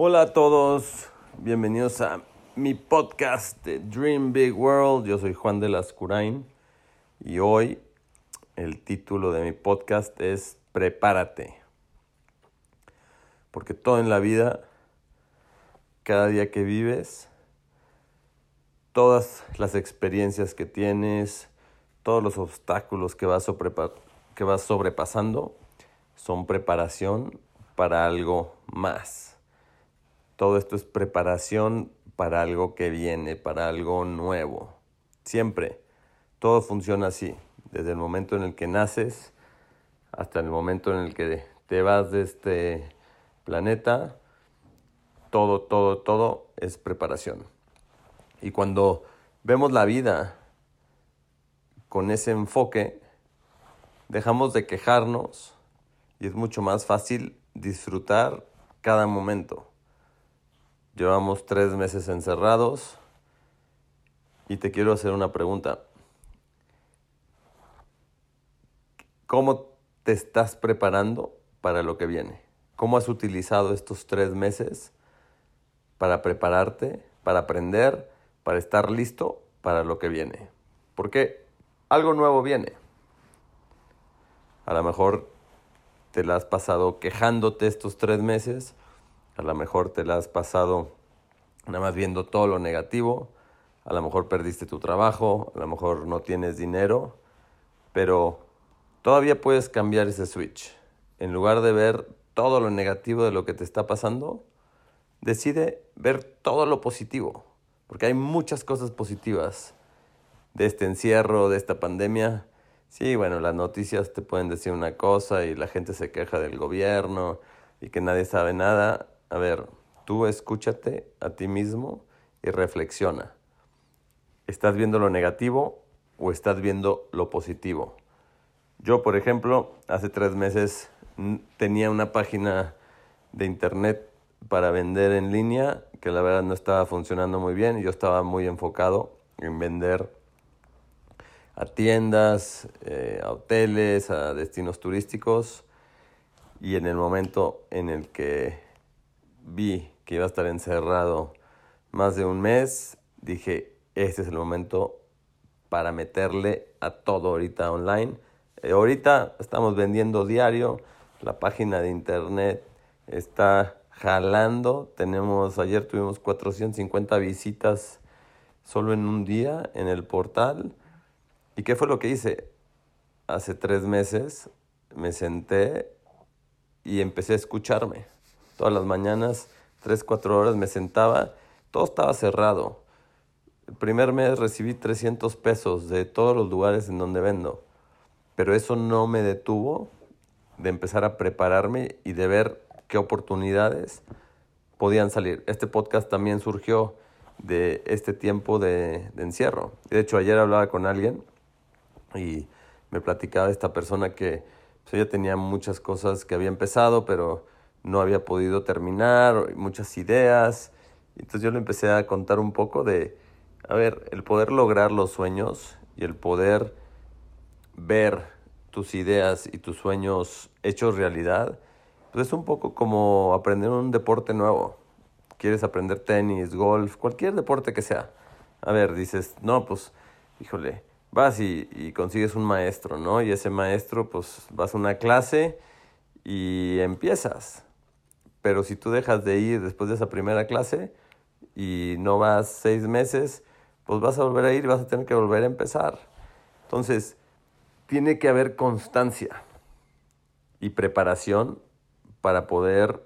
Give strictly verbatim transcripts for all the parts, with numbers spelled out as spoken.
Hola a todos, bienvenidos a mi podcast de Dream Big World. Yo soy Juan de Lascurain y hoy el título de mi podcast es Prepárate. Porque todo en la vida, cada día que vives, todas las experiencias que tienes, todos los obstáculos que vas, sobrepa- que vas sobrepasando son preparación para algo más. Todo esto es preparación para algo que viene, para algo nuevo. Siempre, todo funciona así. Desde el momento en el que naces hasta el momento en el que te vas de este planeta, todo, todo, todo es preparación. Y cuando vemos la vida con ese enfoque, dejamos de quejarnos y es mucho más fácil disfrutar cada momento. Llevamos tres meses encerrados y te quiero hacer una pregunta. ¿Cómo te estás preparando para lo que viene? ¿Cómo has utilizado estos tres meses para prepararte, para aprender, para estar listo para lo que viene? Porque algo nuevo viene. A lo mejor te la has pasado quejándote estos tres meses. A lo mejor te la has pasado nada más viendo todo lo negativo. A lo mejor perdiste tu trabajo. A lo mejor no tienes dinero. Pero todavía puedes cambiar ese switch. En lugar de ver todo lo negativo de lo que te está pasando, decide ver todo lo positivo. Porque hay muchas cosas positivas de este encierro, de esta pandemia. Sí, bueno, las noticias te pueden decir una cosa y la gente se queja del gobierno y que nadie sabe nada. A ver, tú escúchate a ti mismo y reflexiona. ¿Estás viendo lo negativo o estás viendo lo positivo? Yo, por ejemplo, hace tres meses tenía una página de internet para vender en línea que la verdad no estaba funcionando muy bien y yo estaba muy enfocado en vender a tiendas, eh, a hoteles, a destinos turísticos. Y en el momento en el que vi que iba a estar encerrado más de un mes, dije, este es el momento para meterle a todo ahorita online. Eh, ahorita estamos vendiendo diario, la página de internet está jalando. Tenemos, ayer tuvimos cuatrocientas cincuenta visitas solo en un día en el portal. ¿Y qué fue lo que hice? Hace tres meses me senté y empecé a escucharme. Todas las mañanas, tres, cuatro horas me sentaba, todo estaba cerrado. El primer mes recibí trescientos pesos de todos los lugares en donde vendo. Pero eso no me detuvo de empezar a prepararme y de ver qué oportunidades podían salir. Este podcast también surgió de este tiempo de, de encierro. De hecho, ayer hablaba con alguien y me platicaba esta persona que pues, ella tenía muchas cosas que había empezado, pero no había podido terminar, muchas ideas. Entonces yo le empecé a contar un poco de, a ver, el poder lograr los sueños y el poder ver tus ideas y tus sueños hechos realidad, pues es un poco como aprender un deporte nuevo. Quieres aprender tenis, golf, cualquier deporte que sea. A ver, dices, no, pues, híjole, vas y, y consigues un maestro, ¿no? Y ese maestro, pues, vas a una clase y empiezas. Pero si tú dejas de ir después de esa primera clase y no vas seis meses, pues vas a volver a ir y vas a tener que volver a empezar. Entonces, tiene que haber constancia y preparación para poder,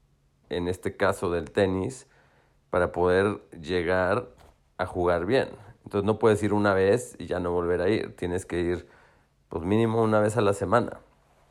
en este caso del tenis, para poder llegar a jugar bien. Entonces no puedes ir una vez y ya no volver a ir. Tienes que ir pues mínimo una vez a la semana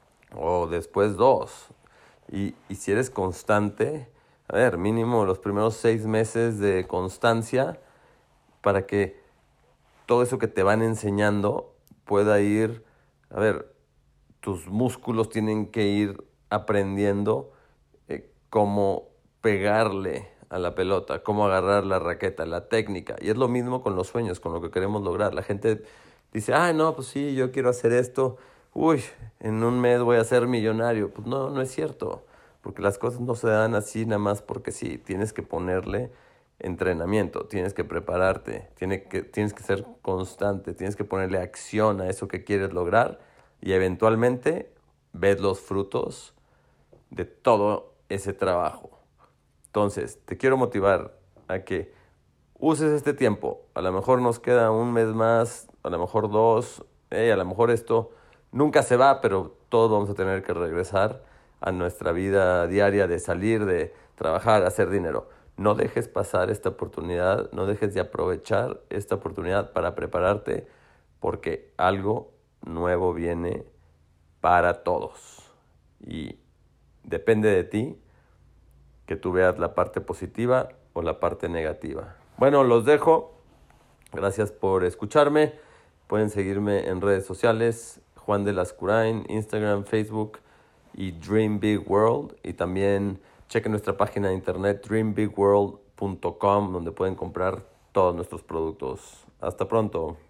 o después dos. Y, y si eres constante, a ver, mínimo los primeros seis meses de constancia para que todo eso que te van enseñando pueda ir, a ver, tus músculos tienen que ir aprendiendo eh, cómo pegarle a la pelota, cómo agarrar la raqueta, la técnica. Y es lo mismo con los sueños, con lo que queremos lograr. La gente dice, ah, no, pues sí, yo quiero hacer esto. Uy, en un mes voy a ser millonario. Pues no, no es cierto. porque las cosas no se dan así nada más porque sí, tienes que ponerle entrenamiento, tienes que prepararte, tienes que, tienes que ser constante, tienes que ponerle acción a eso que quieres lograr y eventualmente ves los frutos de todo ese trabajo. Entonces, te quiero motivar a que uses este tiempo. A lo mejor nos queda un mes más, a lo mejor dos, eh, a lo mejor esto nunca se va, pero todos vamos a tener que regresar a nuestra vida diaria de salir, de trabajar, hacer dinero. No dejes pasar esta oportunidad, no dejes de aprovechar esta oportunidad para prepararte, porque algo nuevo viene para todos. Y depende de ti que tú veas la parte positiva o la parte negativa. Bueno, los dejo. Gracias por escucharme. Pueden seguirme en redes sociales, Juan de Lascurain, Instagram, Facebook y Dream Big World. Y también chequen nuestra página de internet dream big world punto com, donde pueden comprar todos nuestros productos. Hasta pronto.